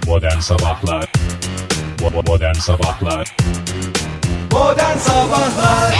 Modern Sabahlar. Modern Sabahlar. Modern Sabahlar.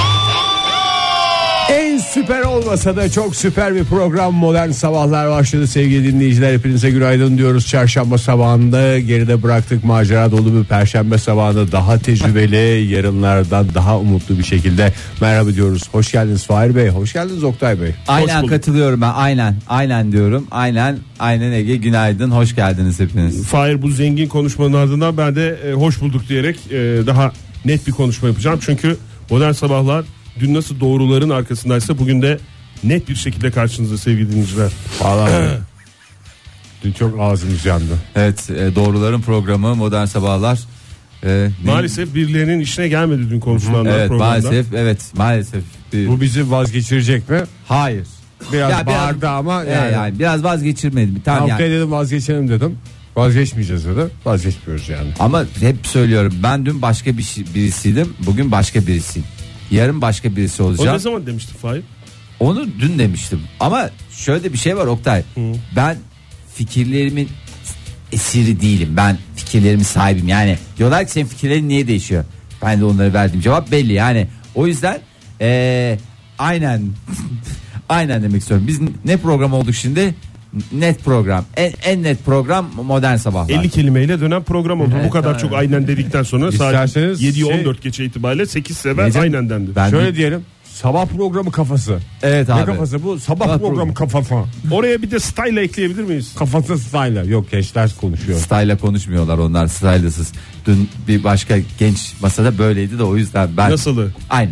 En süper olmasa da çok süper bir program Modern Sabahlar başladı sevgili dinleyiciler. Hepinize günaydın diyoruz. Çarşamba sabahında geride bıraktık, macera dolu bir perşembe sabahında daha tecrübeli, yarınlardan daha umutlu bir şekilde merhaba diyoruz. Hoş geldiniz Fahir Bey, hoş geldiniz Oktay Bey. Aynen katılıyorum ben, aynen diyorum. Aynen Ege, günaydın, hoş geldiniz hepiniz. Fahir, bu zengin konuşmanın ardından ben de hoş bulduk diyerek daha net bir konuşma yapacağım. Çünkü Modern Sabahlar dün nasıl doğruların arkasındaysa bugün de net bir şekilde karşınızda sevgili dinleyiciler. Vallahi dün çok ağzımız yandı. Evet, doğruların programı Modern Sabahlar. Maalesef birilerinin işine gelmedi dün konuşulanlar evet, programda. Maalesef. Bu bizi vazgeçirecek mi? Hayır. Biraz bağırdı ama yani biraz vazgeçirmedim. Tamam yani. Dedim vazgeçelim dedim. Vazgeçmeyeceğiz dedi. Vazgeçmiyoruz yani. Ama hep söylüyorum, ben dün başka birisiydim. Bugün başka birisiyim. Yarın başka birisi olacağım. O ne zaman demiştin Fahir? Onu dün demiştim. Ama şöyle bir şey var Oktay. Ben fikirlerimin esiri değilim. Ben fikirlerimin sahibiyim. Yani diyorlar ki senin fikirlerin niye değişiyor? Ben de onlara verdiğim cevap belli. Yani o yüzden aynen aynen demek istiyorum. Biz ne program olduk şimdi? Net program. En net program Modern Sabahlar. 50 kelimeyle dönen program oldu. Bu kadar çok aynen dedikten sonra saat 7'yi 14 geçe itibariyle 8 sefer aynen dendi. Şöyle diyelim. Sabah programı kafası. Evet abi. Ne kafası bu? Sabah programı kafası. Oraya bir de style ekleyebilir miyiz? Kafası style. Yok, gençler konuşuyor. Style'la konuşmuyorlar, onlar style'sız. Dün bir başka genç masada böyleydi de o yüzden ben. Nasılı? Aynen.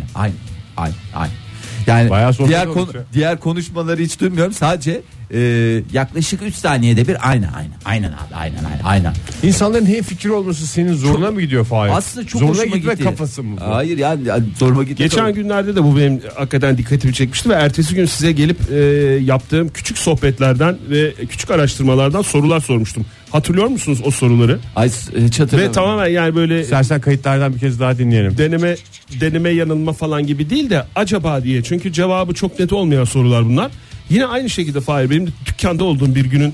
Yani diğer konuşmaları hiç duymuyorum. Sadece yaklaşık 3 saniyede bir aynen. İnsanların hem fikir olması senin zoruna mı gidiyor Fahir? Aslında çok zoruna hoşuma gitme gitti. kafası mı bu? Hayır yani zoruma gitti. Geçen günlerde de bu benim hakikaten dikkatimi çekmişti ve ertesi gün size gelip yaptığım küçük sohbetlerden ve küçük araştırmalardan sorular sormuştum. Hatırlıyor musunuz o soruları? Ay, hiç hatırlamıyorum. Ve tamamen yani böyle İstersen kayıtlardan bir kez daha dinleyelim. Deneme yanılma falan gibi değil de acaba diye. Çünkü cevabı çok net olmayan sorular bunlar. Yine aynı şekilde Fahir, benim de dükkanda olduğum bir günün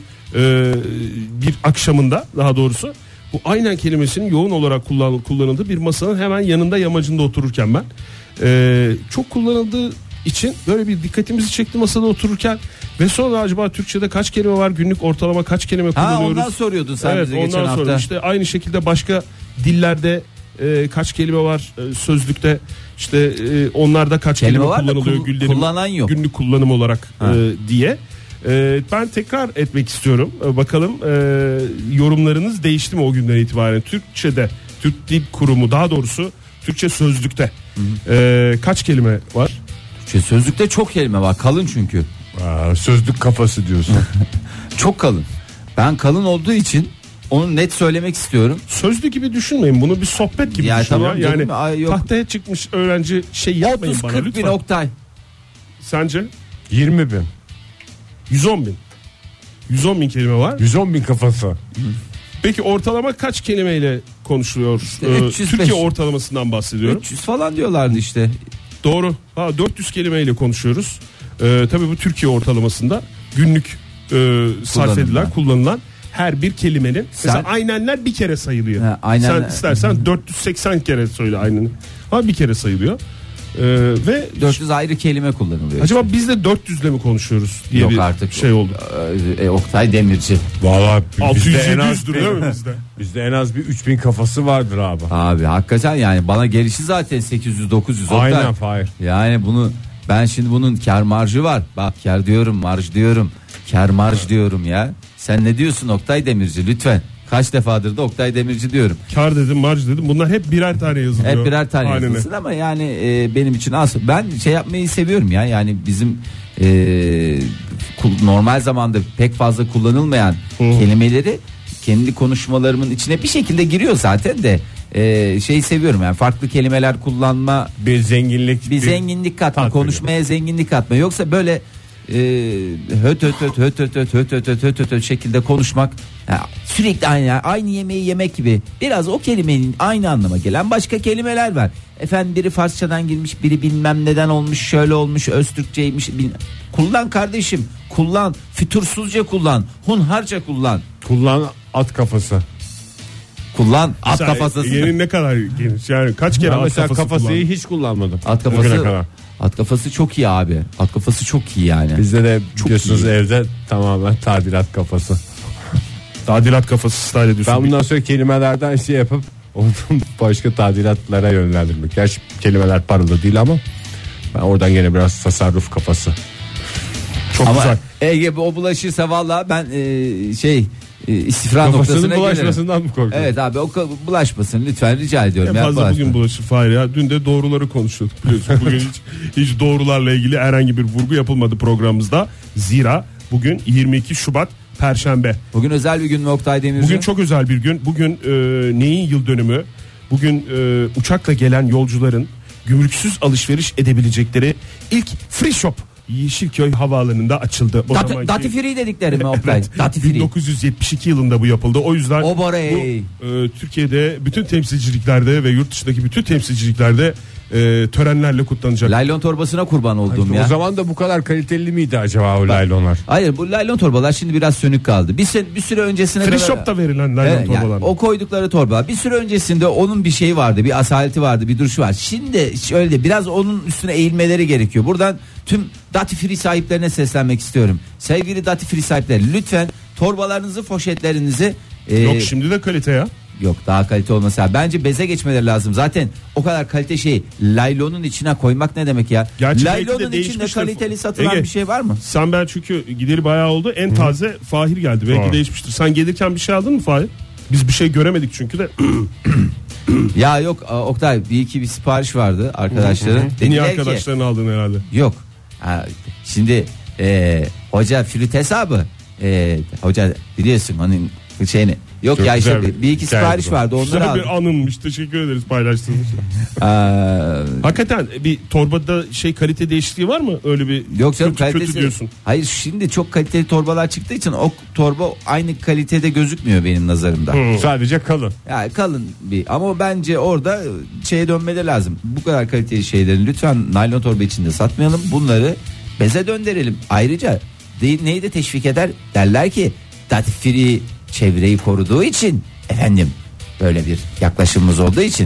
bir akşamında, daha doğrusu bu aynen kelimesinin yoğun olarak kullanıldığı bir masanın hemen yanında, yamacında otururken ben çok kullanıldığı için böyle bir dikkatimizi çekti masada otururken ve sonra acaba Türkçe'de kaç kelime var, günlük ortalama kaç kelime kullanıyoruz? Ondan soruyordun sen bize geçen hafta. Sordum. İşte aynı şekilde başka dillerde kaç kelime var sözlükte, işte onlarda kaç kelime kullanılıyor kullanan yok. Günlük kullanım olarak diye. Ben tekrar etmek istiyorum. Bakalım yorumlarınız değişti mi o günden itibaren? Türkçe'de, Türk Dil Kurumu, daha doğrusu Türkçe sözlükte kaç kelime var? Türkçe sözlükte çok kelime var. Kalın çünkü. Sözlük kafası diyorsun. Çok kalın. Ben kalın olduğu için onu net söylemek istiyorum. Sözlük gibi düşünmeyin, bunu bir sohbet gibi düşünün. Tamam, yani tahtaya çıkmış öğrenci yapmayın bana lütfen. 30-40 bin Oktay. Sence? 20 bin. 110 bin. 110 bin kelime var. 110 bin kafası. Peki ortalama kaç kelimeyle konuşuluyor? İşte Türkiye ortalamasından bahsediyorum. 300 falan diyorlardı işte. Doğru. 400 kelimeyle konuşuyoruz. Tabii bu Türkiye ortalamasında günlük sarf edilen, kullanılan her bir kelimenin. Mesela aynenler bir kere sayılıyor. Sen istersen 480 kere söyle ayneni. Bir kere sayılıyor. Ve 400 ayrı kelime kullanılıyor. Acaba biz de 400 ile mi konuşuyoruz diye yok bir artık şey oldu. Oktay Demirci. Vallahi 600-700'dür değil mi bizde? Bizde en az bir 3000 kafası vardır abi. Abi hakikaten yani bana gelişi zaten 800-900 Oktay. Aynen Fahir. Yani ben şimdi bunun kar marjı var. Bak kar diyorum, marj diyorum. Kar marj diyorum ya. Sen ne diyorsun Oktay Demirci lütfen? Kaç defadır da Oktay Demirci diyorum. Kar dedim, marj dedim. Bunlar hep birer tane yazılıyor. Hep birer tane yazılsın ama yani benim için az. Ben şey yapmayı seviyorum ya. Yani bizim normal zamanda pek fazla kullanılmayan kelimeleri kendi konuşmalarımın içine bir şekilde giriyor zaten de. Şeyi seviyorum yani, farklı kelimeler kullanma, bir zenginlik katma, konuşmaya zenginlik katma. Yoksa böyle höt şekilde konuşmak, sürekli aynı yemeği yemek gibi. Biraz o kelimenin aynı anlama gelen başka kelimeler var. Efendim biri Farsçadan girmiş, biri bilmem neden olmuş, şöyle olmuş, Öztürkçeymiş. Kullan kardeşim, kullan, fütursuzca kullan, hunharca kullan. Kullan at kafası. Kullan at Mesela kafasını. Ege'nin ne kadar geniş? Yani kaç kere Ben at mesela kafası kafasıyı kullandın? hiç kullanmadım. At Bugüne kafası. kadar. At kafası çok iyi abi. At kafası çok iyi yani. Bizde de biliyorsunuz iyi. evde tamamen tadilat kafası. Tadilat kafası style ediyorsun. Ben bundan sonra kelimelerden şey yapıp onu başka tadilatlara yönlendirmek. Gerçi kelimeler paralı değil ama ben oradan gene biraz tasarruf kafası. Çok Ama güzel. Ege o bulaşırsa valla ben istifra Kafasının noktasına gelirim. bulaşmasından mı korkuyorsun? Evet abi o bulaşmasın lütfen rica ediyorum. En ya, fazla bulaşma. bugün bulaşır Fahir ya. Dün de doğruları konuşuyorduk biliyorsun. Bugün hiç doğrularla ilgili herhangi bir vurgu yapılmadı programımızda. Zira bugün 22 Şubat Perşembe. Bugün özel bir gün mü Oktay Demirci? Bugün çok özel bir gün. Bugün neyin yıl dönümü? Bugün uçakla gelen yolcuların gümrüksüz alışveriş edebilecekleri ilk free shop Yeşilköy Havaalanı'nda açıldı. O zamanki- Duty free dedikleri mi Oktay? Evet, Duty free. 1972 yılında bu yapıldı. O yüzden O Bora, Türkiye'de bütün temsilciliklerde ve yurt dışındaki bütün temsilciliklerde törenlerle kutlanacak. Laylon torbasına kurban olduğum ya. O zaman da bu kadar kaliteli miydi acaba o laylonlar? Hayır bu laylon torbalar şimdi biraz sönük kaldı. Bir süre öncesine Free kadar. shop'ta verilen laylon Evet, yani torbalar. o koydukları torba bir süre öncesinde onun bir şeyi vardı, bir asaleti vardı, bir duruşu var. Şimdi şöyle biraz onun üstüne eğilmeleri gerekiyor. Buradan tüm Duty Free sahiplerine seslenmek istiyorum. Sevgili Duty Free sahipleri lütfen torbalarınızı, poşetlerinizi Yok şimdi de kalite ya. yok daha kalite olmasa bence beze geçmeleri lazım. Zaten o kadar kalite şey laylonun içine koymak ne demek ya? Gerçi belki de Laylonun içinde değişmiştir. kaliteli satılan Ege, bir şey var mı? Sen ben çünkü gideri bayağı oldu. En taze Fahir geldi. Belki Doğru. değişmiştir. Sen gelirken bir şey aldın mı Fahir? Biz bir şey göremedik çünkü de. Ya yok Oktay bir sipariş vardı arkadaşların. Niye Dediler ki, arkadaşlarını aldın herhalde? yok. Ha, şimdi hoca flüt hesabı hoca biliyorsun onun şeyini. Yok Çok ya güzel işte bir bir iki hikaye sipariş bu. vardı onları Güzel aldım. bir anımmış. Teşekkür ederiz paylaştığınız için. Aa, Hakikaten bir torbada kalite değişikliği var mı? Öyle bir yok canım kötü kalitesi. diyorsun. Hayır şimdi çok kaliteli torbalar çıktığı için o torba aynı kalitede gözükmüyor benim nazarımda. Sadece kalın. Yani kalın bir ama bence orada şeye dönmeleri lazım. Bu kadar kaliteli şeyleri lütfen naylon torba içinde satmayalım. Bunları beze döndürelim. Ayrıca neyi de teşvik eder? Derler ki Duty Free çevreyi koruduğu için efendim böyle bir yaklaşımımız olduğu için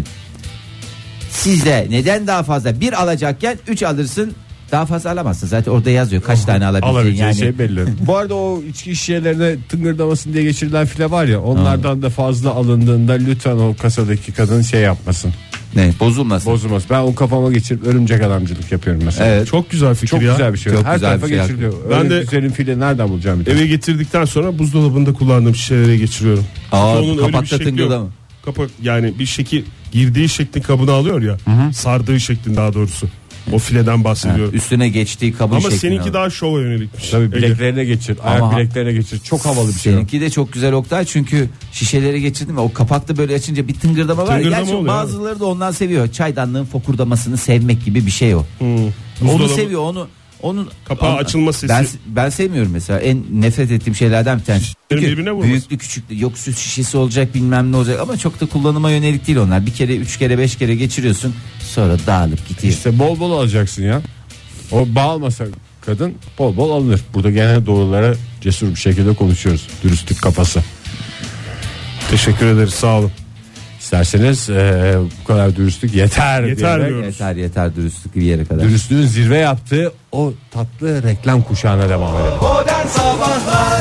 siz de neden daha fazla bir alacakken 3 alırsın daha fazla alamazsın. Zaten orada yazıyor kaç tane alabileceğin Alabileceği yani. şey belli. Bu arada o içki şişelerine tıngırdamasın diye geçirilen file var ya onlardan da fazla alındığında lütfen o kasadaki kadın şey yapmasın. Ne bozulmasın. Bozulmaz. Ben o kafama geçirip örümcek adamcılık yapıyorum mesela. Evet. Çok güzel fikir Çok ya. güzel bir şey. Çok Her güzel tarafa bir şey geçiriliyor. Ben Öyle de- güzelin file nereden bulacağım bir de? Eve getirdikten sonra buzdolabında kullandığım şişelere geçiriyorum. Aa, Çünkü onun öyle kapakta bir şekli tıngırda yok. mı? Kapak yani bir şekil girdiği şeklin kabını alıyor ya. Sardığı şeklin daha doğrusu. O fileden bahsediyorum. Üstüne geçtiği kabın Ama şeklini seninki alır. daha şova yönelikmiş. Tabii Ege. bileklerine geçir. Ama- Ayak bileklerine geçir. Çok havalı bir şey. o. Seninki de çok güzel Oktay çünkü şişeleri geçirdim ve o kapakta böyle açınca bir tıngırdama var. Tıngırdama Gerçi oluyor bazıları da ondan seviyor. Çaydanlığın fokurdamasını sevmek gibi bir şey o. Onu Buzdolabı- seviyor onu Kapağı açılma sesi. Ben sevmiyorum mesela en nefret ettiğim şeylerden bir tanesi. Çünkü birbirine vurması. büyüklü küçüklü yok süt şişesi olacak bilmem ne olacak ama çok da kullanıma yönelik değil onlar. Bir kere 3 kere 5 kere geçiriyorsun sonra dağılıp gidiyor. İşte bol bol alacaksın ya. O bağlamasa kadın bol bol alınır. Burada gene doğrulara cesur bir şekilde konuşuyoruz. Dürüstlük kafası. Teşekkür ederiz sağ olun. İsterseniz bu kadar dürüstlük yeter. Yeter diyerek diyor. Yeter dürüstlük bir yere kadar. Dürüstlüğün zirve yaptığı o tatlı reklam kuşağına devam edelim. Modern Sabahlar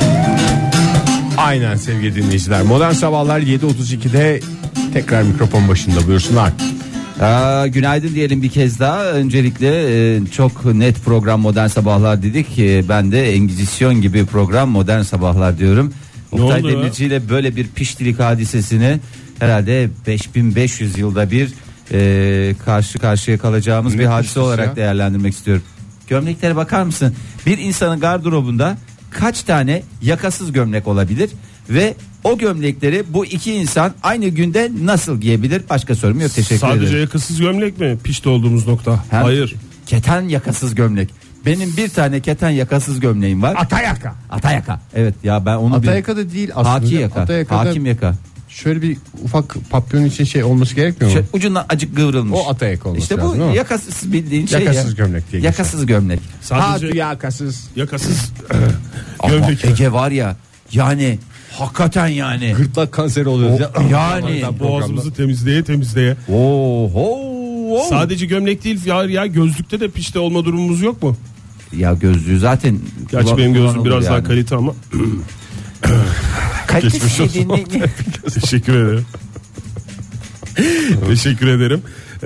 Aynen sevgili dinleyiciler. Modern Sabahlar 7.32'de tekrar mikrofon başında buyursunlar. Günaydın diyelim bir kez daha. Öncelikle çok net program Modern Sabahlar dedik. Ben de Engizisyon gibi program Modern Sabahlar diyorum. Ne Oktay oldu ya? Demirci ile böyle bir piştilik hadisesini herhalde 5500 yılda bir karşı karşıya kalacağımız Ne bir hadise piştisi olarak ya? değerlendirmek istiyorum. Gömleklere bakar mısın? Bir insanın gardırobunda kaç tane yakasız gömlek olabilir ve o gömlekleri bu iki insan aynı günde nasıl giyebilir? Başka sorum yok. Teşekkür Sadece ederim. yakasız gömlek mi pişti olduğumuz nokta? Hem Hayır. Keten yakasız gömlek. Benim bir tane keten yakasız gömleğim var. Atayaka. Atayaka. Evet ya ben onu Atayaka da değil aslında. Haki yaka. Atayaka'da Hakim yaka. şöyle bir ufak papyon için şey olması gerekmiyor mu? Ucundan acık kıvrılmış. O atayaka olması İşte bu lazım, değil mi? yakasız bildiğin şey Yakasız ya. gömlek diye Yakasız gömlek. Sadece Yakasız. yakasız Ama gömlek. Ege var ya yani Hakikaten yani. Gırtlak kanseri oluyoruz ya. Yani Boğazımızı temizleye. Oho. Sadece gömlek değil ya gözlükte de pişti olma durumumuz yok mu? Ya gözlüğü zaten. Gerçi benim gözlüğüm biraz yani daha kalite ama. Kalitesiz dediğin Teşekkür ederim. Teşekkür ederim.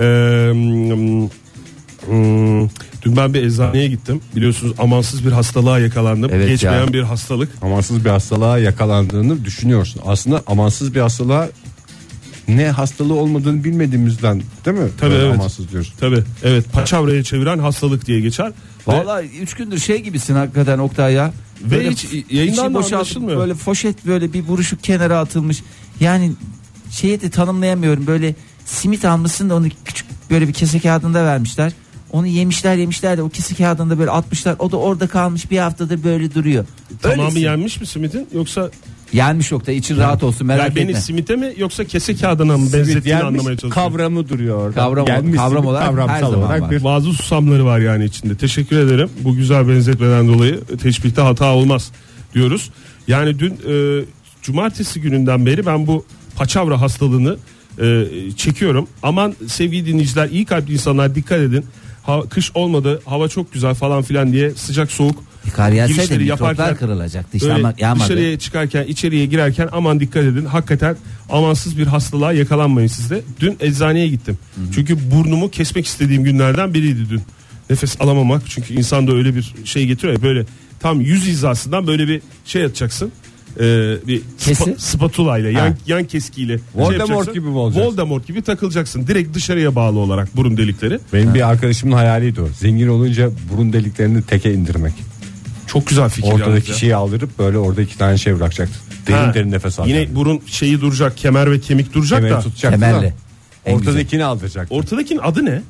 Dün ben bir eczaneye gittim. Biliyorsunuz amansız bir hastalığa yakalandım. Evet Geçmeyen ya. bir hastalık. Amansız bir hastalığa yakalandığını düşünüyorsun. Aslında amansız bir hastalığa ne hastalığı olmadığını bilmediğimizden değil mi? Tabii, Böyle evet. Amansız diyorsun. Tabii evet, paçavraya çeviren hastalık diye geçer. Vallahi 3 gündür şey gibisin hakikaten Oktay ya. Ve Böyle hiç yayından içi da boşaltıp anlaşılmıyor. böyle poşet böyle bir buruşuk kenara atılmış. Yani şeyi de tanımlayamıyorum. Böyle simit almışsın da onu küçük böyle bir kese kağıdında vermişler. Onu yemişler de o kese kağıdında böyle atmışlar. O da orada kalmış bir haftadır böyle duruyor. Tamamı Öylesin. yenmiş mi simitin yoksa Yenmiş Oktay, için rahat olsun, merak yani beni etme. simite mi yoksa kese kağıdına mı benzettiğini anlamaya çalışıyorum. Kavramı duruyor orada. Kavram Gelmiş olarak her kavramsal zaman olarak var. bir Bazı susamları var yani içinde. Teşekkür ederim. Bu güzel benzetmeden dolayı teşbihte hata olmaz diyoruz. Yani dün cumartesi gününden beri ben bu paçavra hastalığını çekiyorum. Aman sevgili dinleyiciler, iyi kalpli insanlar dikkat edin. Kış olmadı, hava çok güzel falan filan diye sıcak soğuk Kar yağsaydı girişleri mikroplar yaparken kırılacaktı işte böyle ama yağmadı. dışarıya çıkarken içeriye girerken aman dikkat edin. Hakikaten amansız bir hastalığa yakalanmayın siz de. Dün eczaneye gittim. Çünkü burnumu kesmek istediğim günlerden biriydi dün. Nefes alamamak, çünkü insanda öyle bir şey getiriyor ya, böyle tam yüz hizasından böyle bir şey atacaksın. Bir Kesi? spatula ile yan keskiyle Voldemort yapacaksın. gibi mi olacaksın? Voldemort gibi takılacaksın. Direkt dışarıya bağlı olarak burun delikleri. benim bir arkadaşımın hayaliydi o. Zengin olunca burun deliklerini teke indirmek. Çok güzel fikir yalnız Ortadaki ya. şeyi aldırıp böyle orada 2 tane şey bırakacaktı. Derin Ha, derin nefes al. Yine burun şeyi duracak, kemer ve kemik duracak Kemeri da. tutacaktı Kemerli. da En ortadakini aldıracaktı. Ortadakinin adı ne?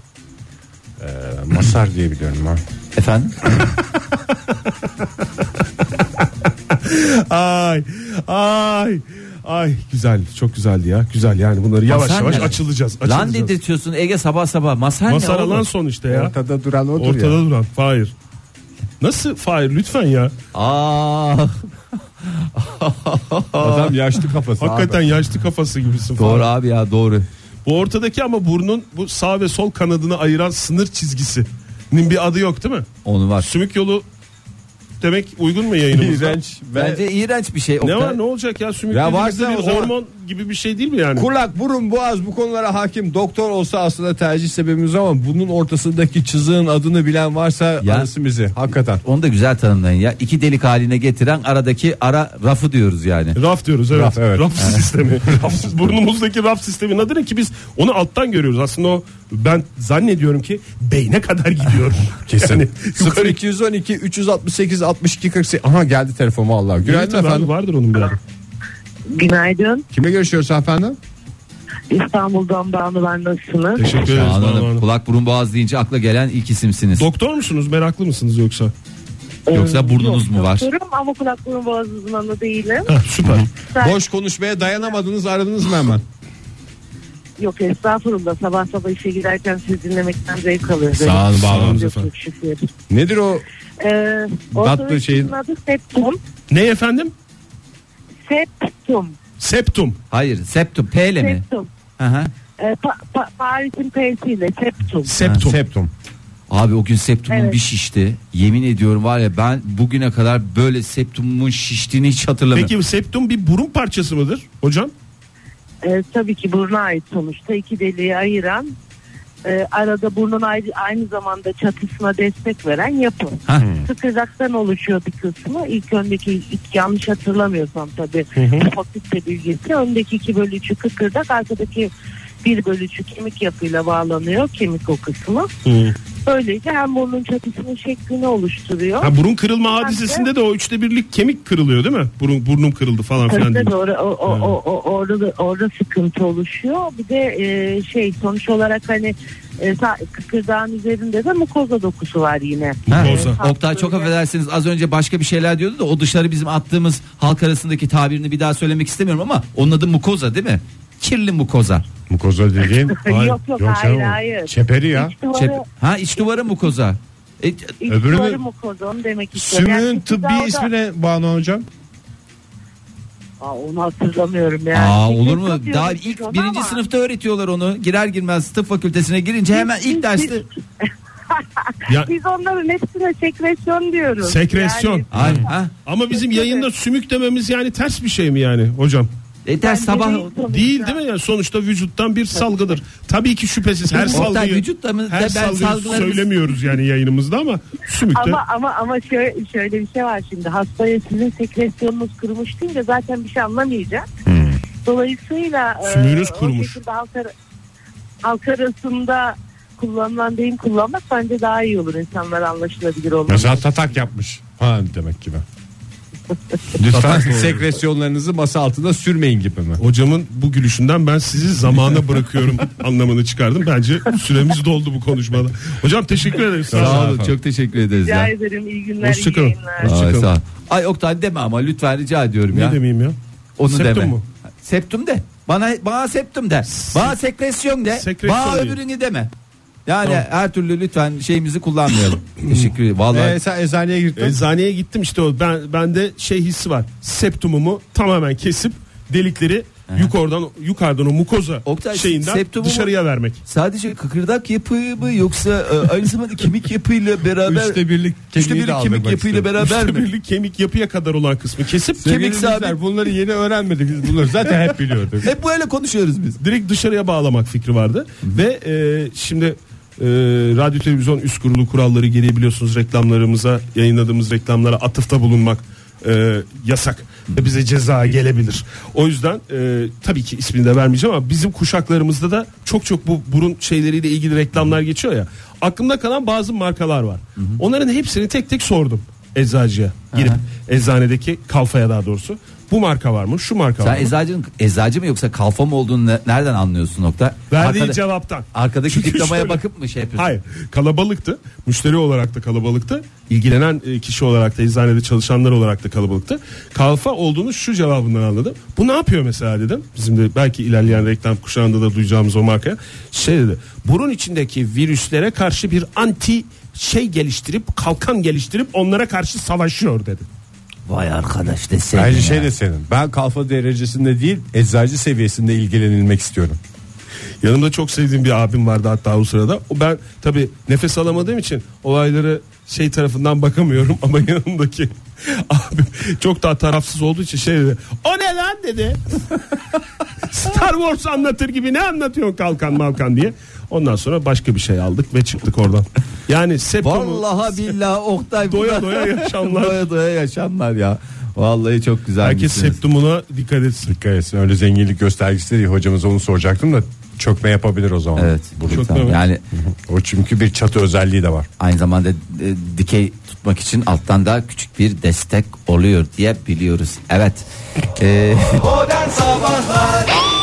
Masar diye biliyorum ben. Efendim? Ay güzel, çok güzeldi ya. Güzel yani, bunları yavaş Masar yavaş ne? açılacağız. Lan dedirtiyorsun Ege sabah sabah. Masar Masar ne alan oğlum? son işte ya. Ortada duran odur Ortada ya. duran. Fahir. Nasıl Fahir, lütfen ya. Adam yaşlı kafası Hakikaten abi. yaşlı kafası gibisin. Doğru Fahir. abi ya, doğru. Bu ortadaki ama burnun bu sağ ve sol kanadını ayıran sınır çizgisinin bir adı yok değil mi? Onu var. Sümük yolu demek uygun mu yayınımızda? İğrenç. Bence iğrenç bir şey. Ne Oktay. var, ne olacak ya, sümük Ya dediğimizde varsa bir o zaman- hormon gibi bir şey değil mi yani? Kulak, burun, boğaz bu konulara hakim doktor olsa aslında tercih sebebimiz, ama bunun ortasındaki çizığın adını bilen varsa Ya. arasın bizi hakikaten. Onu da güzel tanımlayın ya. İki delik haline getiren aradaki ara rafı diyoruz yani. Raf diyoruz, evet. Raf, evet. Raf sistemi. Burnumuzdaki raf sisteminin adı ne ki, biz onu alttan görüyoruz. Aslında o, ben zannediyorum ki beyne kadar gidiyor. Kesin. Yani yukarı 0212 368 62 48. Aha geldi telefon vallahi. Günaydın Günaydın efendim. vardır onun bir adı. Günaydın. Kimle görüşüyoruz efendim? İstanbul'dan Banu, ben nasılsınız? Teşekkür ederiz. Şahan Banu Hanım, Hanım. kulak burun boğaz deyince akla gelen ilk isimsiniz. Doktor musunuz, meraklı mısınız yoksa? Yoksa burnunuz mu var? Doktorum ama kulak burun boğaz uzmanı değilim. Heh, süper. Boş konuşmaya dayanamadınız, aradınız mı hemen? Yok estağfurullah, sabah sabah işe giderken sizi dinlemekten zevk alıyorum. Sağ olun, Banu Hanım. Çok çok şükür. Nedir o? Ortodontistin şeyin- adı Septum. Ne efendim? Septum. Septum. Hayır, septum P ile mi? Septum. Hı hı. Paris'in P'siyle Septum. Septum. Septum. Abi o gün septumum Evet. bir şişti. Yemin ediyorum var ya, ben bugüne kadar böyle septumumun şiştiğini hiç hatırlamıyorum. Peki septum bir burun parçası mıdır hocam? Tabii ki buruna ait sonuçta, iki deliği ayıran, arada burnun aynı zamanda çatısına destek veren yapı. Hah. Kıkırdaktan oluşuyor bir kısmı. İlk öndeki, yanlış hatırlamıyorsam tabii, fakülte bilgisi, öndeki 2/3'ü kıkırdak, arkadaki 1/3'ü kemik yapıyla bağlanıyor, kemik o kısmı. Böylece hem burnun çatısının şeklini oluşturuyor. Ha, burun kırılma hadisesinde de o 1/3'lik kemik kırılıyor değil mi? Burnum kırıldı falan filan diye. Tabii doğru. Orada sıkıntı oluşuyor. Bir de sonuç olarak hani kıkırdağın üzerinde de mukoza dokusu var yine. Ha, Mukoza. Oktay çok affedersiniz, az önce başka bir şeyler diyordu da o dışarı bizim attığımız halk arasındaki tabirini bir daha söylemek istemiyorum ama onun adı mukoza değil mi? Kirli mukoza. Mukoza dediğin. Yok, hayır. Çeperi ya. İç duvarı, İç duvarı mukoza. iç öbürü duvarı mü? mukoza, onu demek istiyorum. Sümüğün Yani tıbbi kıkırdağda- ismi ne Banu hocam? Onu hatırlamıyorum yani. Olur mu? Sekresyon Daha diyoruz ilk ona birinci ama sınıfta öğretiyorlar onu. Girer girmez tıp fakültesine girince hemen ilk derste. Ya, Biz onların hepsine sekresyon diyoruz. sekresyon. Yani, Ay, ha? Ama bizim yayında sümük dememiz yani ters bir şey mi yani hocam? Ders bence sabah sonuçta. Değil mi? Yani sonuçta vücuttan bir salgıdır. Tabii ki şüphesiz her Oktay, salgıyı vücutta mı? her Ben salgıyı salgılarımız- söylemiyoruz yani yayınımızda ama sümükte. Ama şöyle bir şey var şimdi. Hastaya sizin sekresyonunuz kurumuş deyince zaten bir şey anlamayacak. Dolayısıyla Sümüğünüz o kurumuş. şekilde halk arasında kullanılan deyim kullanmak bence daha iyi olur. İnsanlar anlaşılabilir olur. Mesela tatak yapmış. Ha demek gibi. Lütfen sekresyonlarınızı masa altında sürmeyin gibi mi? Hocamın bu gülüşünden ben sizi zamana bırakıyorum anlamını çıkardım. Bence süremiz doldu bu konuşmada. Hocam teşekkür ederiz. Sağ olun, çok teşekkür ederiz Rica ya. ederim. İyi günler, iyi Hoşçakalın. yayınlar. Hoşçakalın. Sağ ol. Ay Oktay deme ama lütfen rica ediyorum Ne ya. demeyeyim ya? Onu Septum deme. mu? Septum de. Bana septum de. Bana sekresyon de. Sekresyon Bana değil. öbürünü deme. Yani Tamam. her türlü lütfen şeyimizi kullanmayalım. Teşekkür ederim. Vallahi Sen eczaneye gittin. Eczaneye gittim işte o. Bende şey hissi var. Septumumu tamamen kesip delikleri yukarıdan o mukoza Oktay, şeyinden septumumu- dışarıya vermek. sadece kıkırdak yapı mı yoksa aynı zamanda kemik yapıyla beraber Üçte birlik üçte kemiği de birlik kemik aldırmak yapıyla istedim. beraber İşte mi? birlik kemik yapıya kadar olan kısmı kesip Sevgili kemik sabit. dinleyiciler, bunları yeni öğrenmedik biz, bunları zaten hep biliyorduk. Hep böyle konuşuyoruz biz. direkt dışarıya bağlamak fikri vardı. Ve şimdi radyo televizyon üst kurulu kuralları gereği biliyorsunuz reklamlarımıza, yayınladığımız reklamlara atıfta bulunmak yasak ve bize ceza gelebilir. O yüzden tabii ki ismini de vermeyeceğim ama bizim kuşaklarımızda da çok bu burun şeyleriyle ilgili reklamlar geçiyor ya. Aklımda kalan bazı markalar var. Onların hepsini tek tek sordum eczacıya girip eczanedeki kalfaya daha doğrusu. Bu marka var mı? Şu marka var Sen mı? eczacı mı yoksa kalfa mı olduğunu nereden anlıyorsun nokta? Verdiği cevaptan. Arkadaki Çünkü diplomayaya şöyle- bakıp mı şey yapıyorsun? Hayır, kalabalıktı. Müşteri olarak da kalabalıktı. İlgilenen kişi olarak da, eczanede çalışanlar olarak da kalabalıktı. Kalfa olduğunu şu cevabından anladım. Bu ne yapıyor mesela dedim. Bizim de belki ilerleyen reklam kuşağında da duyacağımız o markaya. Şey dedi. Burun içindeki virüslere karşı bir anti kalkan geliştirip onlara karşı savaşıyor dedi. Vay arkadaş desene. Ayrıca ya. şey de senin. Ben kalfa derecesinde değil, eczacı seviyesinde ilgilenilmek istiyorum. Yanımda çok sevdiğim bir abim vardı hatta o sırada. Ben tabii nefes alamadığım için olayları tarafından bakamıyorum ama yanımdaki abim çok daha tarafsız olduğu için şey dedi. O ne lan dedi. Star Wars anlatır gibi ne anlatıyorsun kalkan diye. Ondan sonra başka bir şey aldık ve çıktık oradan. Yani septumu Vallahi billahi Oktay. Doya doya yaşamlar. Doya doya yaşamlar ya. Vallahi çok güzel. herkes septumuna dikkat etsin. Dikkat etsin, öyle zenginlik göstergesi değil. Hocamıza onu soracaktım da çökme yapabilir o zaman. Evet. Çökme mi? Yani O çünkü bir çatı özelliği de var. aynı zamanda dikey tutmak için alttan da küçük bir destek oluyor diye biliyoruz. Evet. Modern Sabahlar.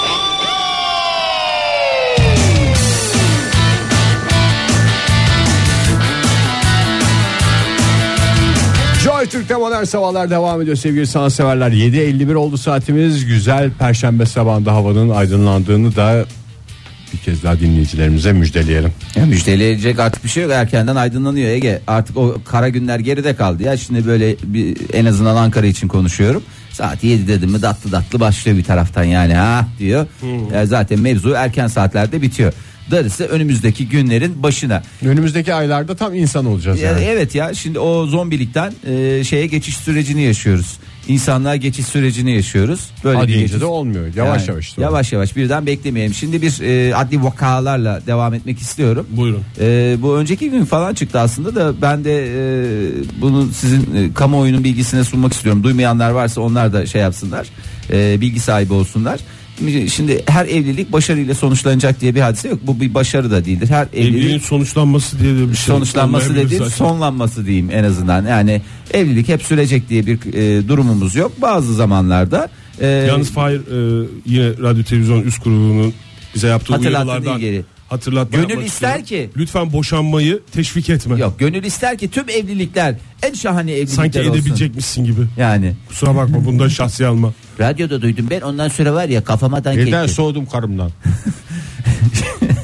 Joy Türk'te modern sabahlar devam ediyor sevgili sanatseverler. 7.51 oldu saatimiz. Güzel perşembe sabahında havanın aydınlandığını da bir kez daha dinleyicilerimize müjdeleyelim. Ya müjdeleyecek artık bir şey yok, erkenden aydınlanıyor Ege. Artık o kara günler geride kaldı ya. Şimdi böyle en azından Ankara için konuşuyorum. Saat 7 dedim mi datlı başlıyor bir taraftan yani ha diyor. Zaten mevzu erken saatlerde bitiyor. Darısı önümüzdeki günlerin başına. Önümüzdeki aylarda tam insan olacağız yani. Evet ya, şimdi o zombilikten şeye geçiş sürecini yaşıyoruz. İnsanlığa geçiş sürecini yaşıyoruz. Böyle Hadi bir ince geçiş. de olmuyor. Yavaş Yani, yavaş. Yavaş yavaş birden beklemeyelim. Şimdi bir adli vakalarla devam etmek istiyorum. Buyurun. Bu önceki gün falan çıktı aslında da ben de bunu sizin kamuoyunun bilgisine sunmak istiyorum. Duymayanlar varsa onlar da şey yapsınlar. Bilgi sahibi olsunlar. Şimdi her evlilik başarıyla sonuçlanacak diye bir hadise yok. Bu bir başarı da değildir. Her Evliliğin evlilik sonuçlanması diye de bir şey sonuçlanması olmayabilir dediğim zaten. sonlanması diyeyim en azından. Yani evlilik hep sürecek diye bir durumumuz yok. Bazı zamanlarda Yalnız Fahir yine radyo televizyon üst kurulunun bize yaptığı Hatırlattı uyarılardan değil geri. hatırlatma Gönül yapmak ister istiyorum. ki- lütfen boşanmayı teşvik etme. yok, gönül ister ki tüm evlilikler en şahane evlilikler Sanki olsun. edebilecekmişsin gibi. Yani Kusura bakma, bundan şahsi alma. radyoda duydum ben, ondan sonra var ya kafama dank Birden etti. soğudum karımdan.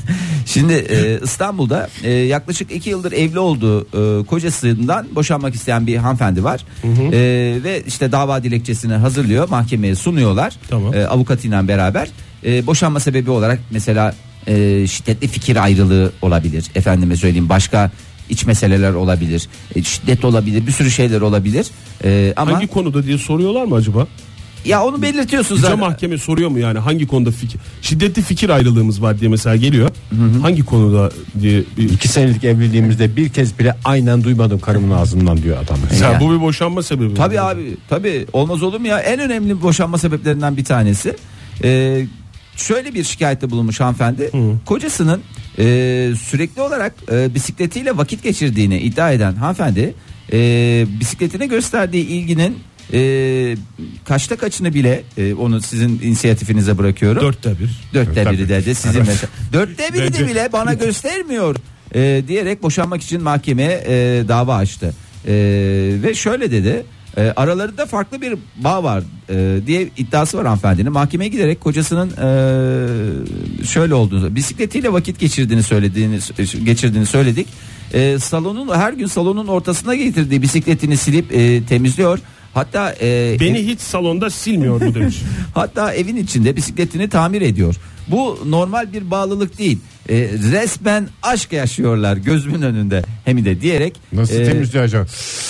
Şimdi İstanbul'da yaklaşık 2 yıldır evli olduğu kocasından boşanmak isteyen bir hanımefendi var. Ve işte dava dilekçesini hazırlıyor, mahkemeye sunuyorlar. Tamam. Avukatıyla beraber. Boşanma sebebi olarak mesela şiddetli fikir ayrılığı olabilir. Efendime söyleyeyim, başka iç meseleler olabilir. Şiddet olabilir, bir sürü şeyler olabilir. Ama Hangi konuda diye soruyorlar mı acaba? ya onu belirtiyorsunuz Yüce zaten. mahkeme soruyor mu yani hangi konuda şiddetli fikir ayrılığımız var diye mesela geliyor. Hangi konuda diye 2 senelik evliliğimizde bir kez bile aynen duymadım karımın ağzından diyor adam. Sen Ya. bu bir boşanma sebebi. Tabii abi, tabii, olmaz olur mu ya? En önemli boşanma sebeplerinden bir tanesi. Şöyle bir şikayette bulunmuş hanımefendi. Kocasının sürekli olarak bisikletiyle vakit geçirdiğini iddia eden hanımefendi, bisikletine gösterdiği ilginin kaçta kaçını bile, onu sizin inisiyatifinize bırakıyorum. 1/4. 1/4 dedi sizin mesela. 1/4 de Bence- bile bana göstermiyor diyerek boşanmak için mahkemeye dava açtı. Ve şöyle dedi. Aralarında farklı bir bağ var diye iddiası var hanımefendinin. Mahkemeye giderek kocasının şöyle olduğunu, bisikletiyle vakit geçirdiğini söyledik. Her gün salonun ortasına getirdiği bisikletini silip temizliyor. Hatta Beni hiç salonda silmiyor mu demiş. hatta evin içinde bisikletini tamir ediyor. Bu normal bir bağlılık değil. Resmen aşk yaşıyorlar gözümün önünde hem de diyerek. Nasıl temizliyor acaba?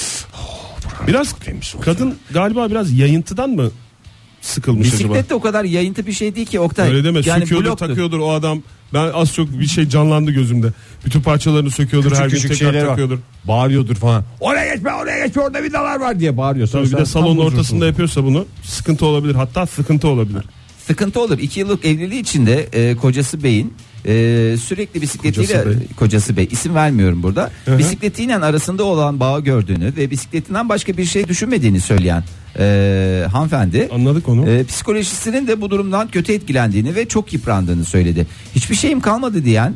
Biraz kadın galiba biraz yayıntıdan mı sıkılmış acaba? Bisiklet de o kadar yayıntı bir şey değil ki Oktay. Öyle deme, Yani söküyordur bloktur. takıyordur o adam. Ben az çok bir şey canlandı gözümde. Bütün parçalarını söküyordur, her gün Küçük tekrar şeyler var. takıyordur. Bağırıyordur falan. Oraya geçme orada vidalar var diye bağırıyor. Sonra Tabii bir de sen salonun tam ortasında bozulursun. yapıyorsa bunu sıkıntı olabilir, hatta sıkıntı olabilir. Sıkıntı olur. 2 yıllık evliliği içinde kocası beyin sürekli bisikletiyle, Kocası bey. isim vermiyorum burada. Hı hı. Bisikletiyle arasında olan bağı gördüğünü ve bisikletinden başka bir şey düşünmediğini söyleyen hanımefendi. Anladık onu. Psikolojisinin de bu durumdan kötü etkilendiğini ve çok yıprandığını söyledi. Hiçbir şeyim kalmadı diyen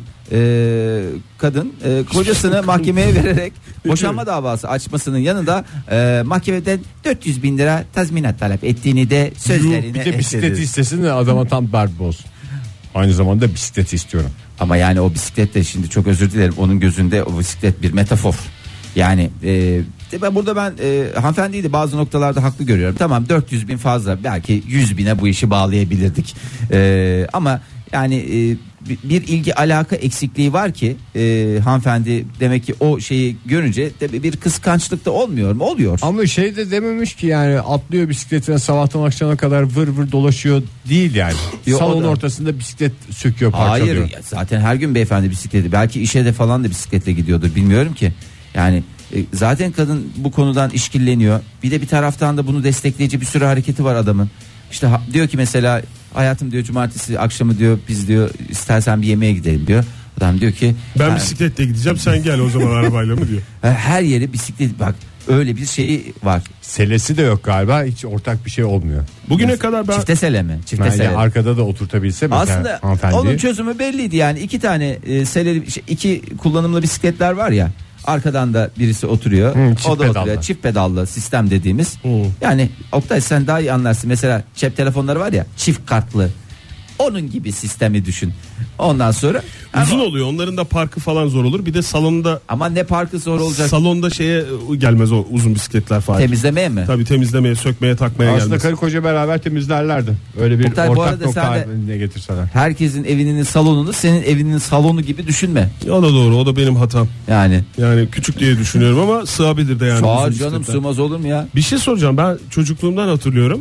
kadın kocasını mahkemeye vererek boşanma davası açmasının yanında mahkemeden 400.000 lira tazminat talep ettiğini de sözlerine Bir de bisikleti ekledi. istesin de adama tam berbat olsun. Aynı zamanda bisikleti istiyorum. Ama yani o bisiklet de, şimdi çok özür dilerim, onun gözünde o bisiklet bir metafor. Yani ben hanımefendiyi de bazı noktalarda haklı görüyorum. Tamam, 400.000 fazla, belki 100.000'e bu işi bağlayabilirdik. Ama yani bir ilgi alaka eksikliği var ki hanımefendi demek ki o şeyi görünce de bir kıskançlık da olmuyor mu? Oluyor. Ama şey de dememiş ki yani atlıyor bisikletine sabahtan akşama kadar vır vır dolaşıyor değil yani. Yo, Salonun o da. ortasında bisiklet söküyor, parçalıyor. Hayır, zaten her gün beyefendi bisikleti, belki işe de falan da bisikletle gidiyordur, bilmiyorum ki. Yani zaten kadın bu konudan işkilleniyor. Bir de bir taraftan da bunu destekleyici bir sürü hareketi var adamın. İşte diyor ki mesela, hayatım diyor, cumartesi akşamı diyor biz diyor istersen bir yemeğe gidelim diyor. Adam diyor ki Ben bisikletle gideceğim, sen gel o zaman arabayla mı diyor. her yere bisiklet, bak öyle bir şey var. Selesi de yok galiba, hiç ortak bir şey olmuyor. Bugüne kadar ben Çifte sele mi? Çifte Yani sele. arkada da oturtabilse mesela Aslında hanımefendi. onun çözümü belliydi yani, 2 tane iki kullanımlı bisikletler var ya, arkadan da birisi oturuyor, çift o da pedallı. oturuyor, çift pedallı sistem dediğimiz. Yani Oktay, sen daha iyi anlarsın, mesela cep telefonları var ya, çift kartlı, onun gibi sistemi düşün. Ondan sonra uzun oluyor, onların da parkı falan zor olur. Bir de salonda, ama ne parkı zor olacak, salonda şeye gelmez o uzun bisikletler falan. temizlemeye mi? Tabii temizlemeye, sökmeye, takmaya Aslında gelmez. karı koca beraber temizlerlerdi. Öyle bir Oktay, bu ortak arada nokta sen de- haline getirseler. Herkesin evinin salonunu senin evinin salonu gibi düşünme. O da doğru, o da benim hatam. Yani Yani küçük diye düşünüyorum ama sığabilir de yani. sağır uzun canım, bisikletler. sığmaz olur mu ya? Bir şey soracağım, ben çocukluğumdan hatırlıyorum.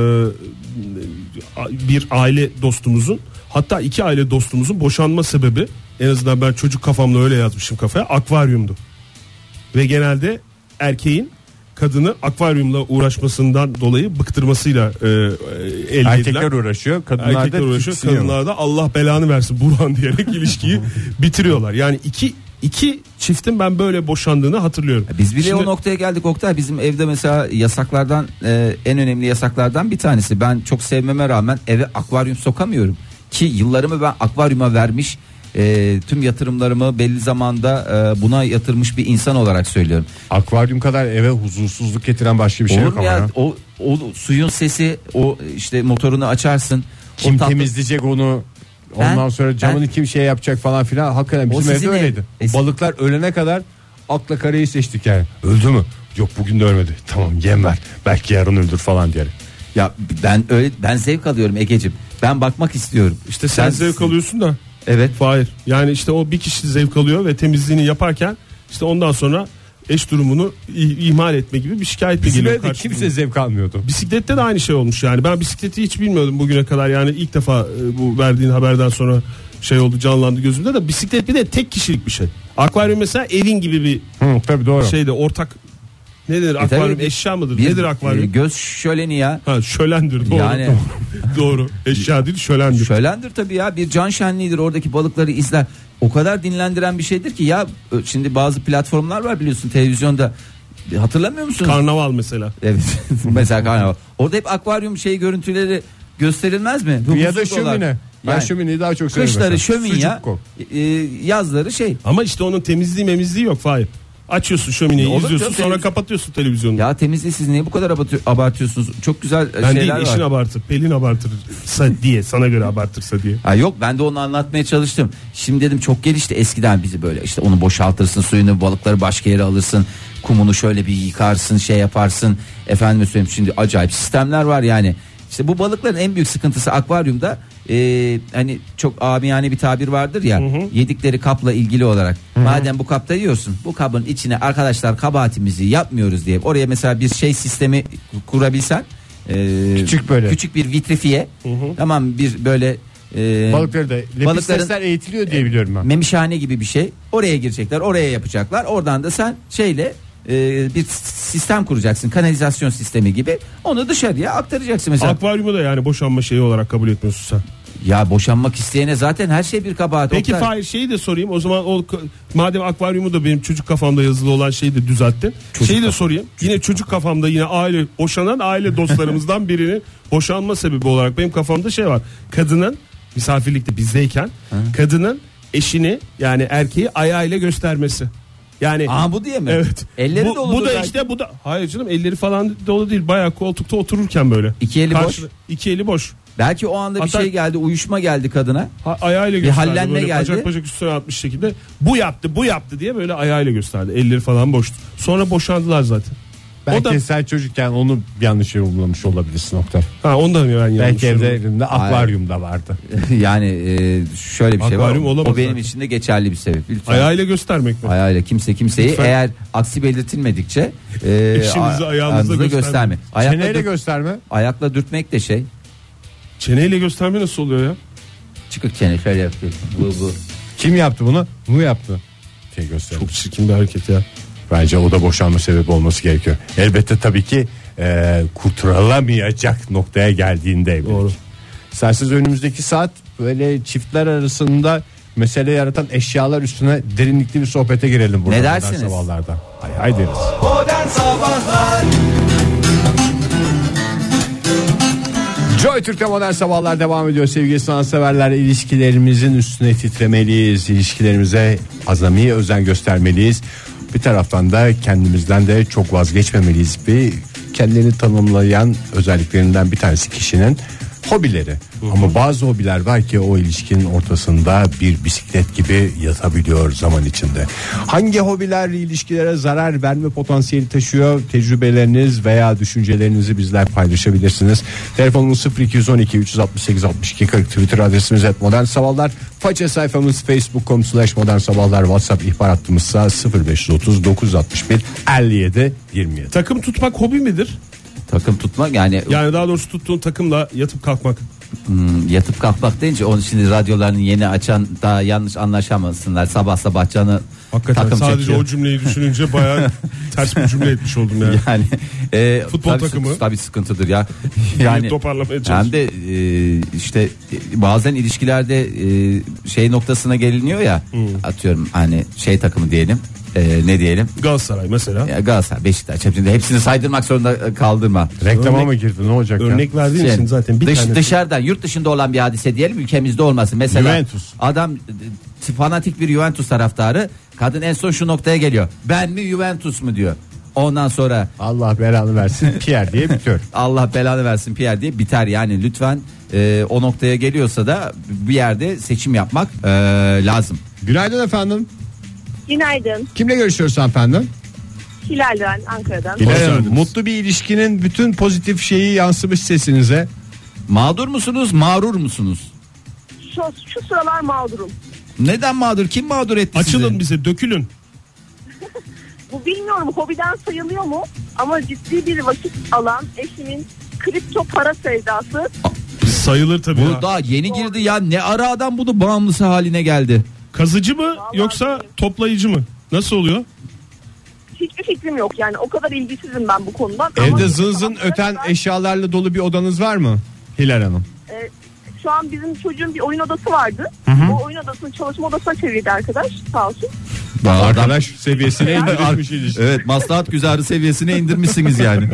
Bir aile dostumuzun, hatta 2 aile dostumuzun boşanma sebebi, en azından ben çocuk kafamla öyle yazmışım kafaya, akvaryumdu. Ve genelde erkeğin kadını akvaryumla uğraşmasından dolayı bıktırmasıyla elde Erkekler edilen. uğraşıyor, kadınlar Erkekler da uğraşıyor, tiksiniyor. kadınlar da Allah belanı versin Burhan diyerek ilişkiyi bitiriyorlar. Yani iki çiftin ben böyle boşandığını hatırlıyorum. Biz bile Şimdi- o noktaya geldik Oktay. Bizim evde mesela yasaklardan en önemli yasaklardan bir tanesi. Ben çok sevmeme rağmen eve akvaryum sokamıyorum. Ki yıllarımı ben akvaryuma vermiş, tüm yatırımlarımı belli zamanda buna yatırmış bir insan olarak söylüyorum. Akvaryum kadar eve huzursuzluk getiren başka bir şey Olur yok mu ama ya? ya. O suyun sesi, o işte motorunu açarsın. Kim o tatlı- temizleyecek onu? Ondan sonra camını kim şey yapacak falan filan. Hakikaten bizim evde öyleydi. Balıklar ölene kadar akla kareyi seçtik yani. Öldü mü? Yok bugün de ölmedi. Tamam yem ver. Belki yarın öldür falan diyerek. Ya ben zevk alıyorum Egeciğim. Ben bakmak istiyorum. İşte sen zevk alıyorsun da. Evet. Hayır. Yani işte o bir kişi zevk alıyor ve temizliğini yaparken işte ondan sonra eş durumunu ihmal etme gibi bir şikayetle geliyor. Bizim evde kimse zevk almıyordu. Bisiklette de aynı şey olmuş yani. Ben bisikleti hiç bilmiyordum bugüne kadar. Yani ilk defa bu verdiğin haberden sonra şey oldu, canlandı gözümde de. Bisiklet bir de tek kişilik bir şey. Akvaryum mesela evin gibi bir tabii doğru. Şeyde ortak. Ne denir akvaryum, eşya mıdır? Nedir akvaryum? Göz şöleni ya. Ha, şölendir doğru. Yani doğru. Eşya değil, şölendir. Şölendir tabii ya, bir can şenliğidir, oradaki balıkları izler. O kadar dinlendiren bir şeydir ki ya, şimdi bazı platformlar var biliyorsun televizyonda. Hatırlamıyor musunuz? Karnaval mesela. Evet. Mesela karnaval. Orada hep akvaryum görüntüleri gösterilmez mi? Ya da şömine. Ben yani, şömineyi daha çok seviyorum. Kışları şömin ya. Yazları şey. Ama işte onun temizliği yok Fahir. Açıyorsun şömineyi, izliyorsun, sonra kapatıyorsun televizyonu. Ya temizliği siz niye bu kadar abartıyorsunuz? Çok güzel ben şeyler var. Ben değil, eşin abartır. Pelin abartırsa diye, sana göre abartırsa diye. Ha yok, ben de onu anlatmaya çalıştım. Şimdi dedim çok gelişti, eskiden bizi böyle işte onu boşaltırsın, suyunu, balıkları başka yere alırsın. Kumunu şöyle bir yıkarsın, şey yaparsın. Efendime söyleyeyim, şimdi acayip sistemler var yani. İşte bu balıkların en büyük sıkıntısı akvaryumda, hani çok amiyane bir tabir vardır ya, yedikleri kapla ilgili olarak. Madem bu kapta yiyorsun, bu kabın içine arkadaşlar kabahatimizi yapmıyoruz diye oraya mesela bir şey sistemi kurabilsen, küçük bir vitrifiye, tamam, bir böyle balıkları da lepistesler eğitiliyor diye biliyorum ben. Memişhane gibi bir şey, oraya girecekler, oraya yapacaklar, oradan da sen şeyle bir sistem kuracaksın, kanalizasyon sistemi gibi, onu dışarıya aktaracaksın mesela. Akvaryumu da yani boşanma şeyi olarak kabul etmiyorsun sen. Ya boşanmak isteyene zaten her şey bir kabahat. Peki Fahir, şeyi de sorayım o zaman, madem akvaryumu da benim çocuk kafamda yazılı olan şeyi de düzelttin. Şeyi de sorayım, yine çocuk kafamda, yine boşanan aile dostlarımızdan birinin boşanma sebebi olarak benim kafamda şey var. Kadının misafirlikte bizdeyken kadının eşini, yani erkeği ayağıyla göstermesi. Yani bu diye mi? Evet. Elleri dolu. Bu da belki. İşte bu da. Hayır canım, elleri falan dolu değil. Bayağı koltukta otururken böyle. İki eli boş. İki eli boş. Belki o anda bir şey geldi, uyuşma geldi kadına. Ayağıyla gösterdi. Bir hallenme böyle geldi. Bacak üstüne atmış şekilde. Bu yaptı diye böyle ayağıyla gösterdi. Elleri falan boştu. Sonra boşandılar zaten. Belki sen çocukken onu yanlış yorumlamış olabilirsin Oktay. Ondan mı ben yanlış? Belki evlerinde akvaryumda vardı. Yani şöyle bir şey var. O benim zaten için de geçerli bir sebep. Lütfen. Ayağıyla göstermek mi? Ayağıyla kimseyi lütfen. Eğer aksi belirtilmedikçe eşinizi ayağınızla gösterme. Çeneyle gösterme. Ayakla dürtmek de şey. Çeneyle gösterme nasıl oluyor ya? Çıkık çene şöyle yapıyorsun. Bu. Kim yaptı bunu? Bu yaptı. Çok çirkin bir hareket ya. Bence o da boşanma sebebi olması gerekiyor. Elbette tabii ki kurtarılamayacak noktaya geldiğinde evlilik. Doğru. Sensiz önümüzdeki saat böyle çiftler arasında mesele yaratan eşyalar üstüne derinlikli bir sohbete girelim burada. Ne dersiniz? Sabahlarda. Hay deriz. Modern Sabahlar. Joy Türk'te Modern Sabahlar devam ediyor sevgili sanatseverler. İlişkilerimizin üstüne titremeliyiz. İlişkilerimize azami özen göstermeliyiz. Bir taraftan da kendimizden de çok vazgeçmemeliyiz. Bir kendini tanımlayan özelliklerinden bir tanesi kişinin hobileri. Ama bazı hobiler var ki o ilişkinin ortasında bir bisiklet gibi yatabiliyor zaman içinde. Hangi hobiler ilişkilere zarar verme potansiyeli taşıyor? Tecrübeleriniz veya düşüncelerinizi bizler paylaşabilirsiniz. Telefonumuz 0212 368 62 40, Twitter adresimiz @modernsabahlar, faça sayfamız facebook.com/modernsabahlar, WhatsApp ihbar hattımızsa 0530 961 57 27. Takım tutmak hobi midir? Takım tutmak yani daha doğrusu tuttuğun takımla yatıp kalkmak. Yatıp kalkmak deyince onu şimdi radyolarını yeni açan daha yanlış anlaşamasınlar. Sabah canı hakikaten takım sadece çekiyor. O cümleyi düşününce bayağı ters bir cümle etmiş oldum yani. Futbol tabii takımı tabii sıkıntıdır ya. Yani toparlamaya çalış. Hem de işte bazen ilişkilerde şey noktasına geliniyor ya. Atıyorum hani şey takımı diyelim. Ne diyelim? Galatasaray mesela. Galatasaray, Beşiktaş, hepsini saydırmak zorunda kaldırma. Reklama mı girdi, ne olacak örnek ya? verdiğin için zaten bir tane. Dışarıdan, yurt dışında olan bir hadise diyelim, ülkemizde olmasın. Mesela Juventus. Adam fanatik bir Juventus taraftarı, kadın en son şu noktaya geliyor. Ben mi Juventus mu diyor. Ondan sonra Allah belanı versin Pierre diye bitiyor. Allah belanı versin Pierre diye biter. Yani lütfen o noktaya geliyorsa da bir yerde seçim yapmak lazım. Günaydın efendim. Günaydın. Kimle görüşüyoruz hanımefendi? Hilal ben Ankara'dan. Hilal Hanım, mutlu bir ilişkinin bütün pozitif şeyi yansımış sesinize. Mağdur musunuz, mağrur musunuz? Şu sıralar mağdurum. Neden mağdur? Kim mağdur etti sizi? Açılın bize, dökülün. Bu bilmiyorum hobiden sayılıyor mu? Ama ciddi bir vakit alan eşimin kripto para sevdası. Sayılır tabii Bu ya. daha yeni girdi ya. Ne ara adam bunu bağımlısı haline geldi? Kazıcı mı yoksa bilmiyorum. toplayıcı mı? Nasıl oluyor? Hiçbir fikrim yok yani o kadar ilgisizim ben bu konudan. Evde Ama zın zın öten eşyalarla dolu bir odanız var mı Hilal Hanım? Şu an bizim çocuğun bir oyun odası vardı. O oyun odasını çalışma odasına çevirdi arkadaş sağ olsun. Arkadaş seviyesine indirmiş ilişki. Evet, maslahat güzarı seviyesine indirmişsiniz yani.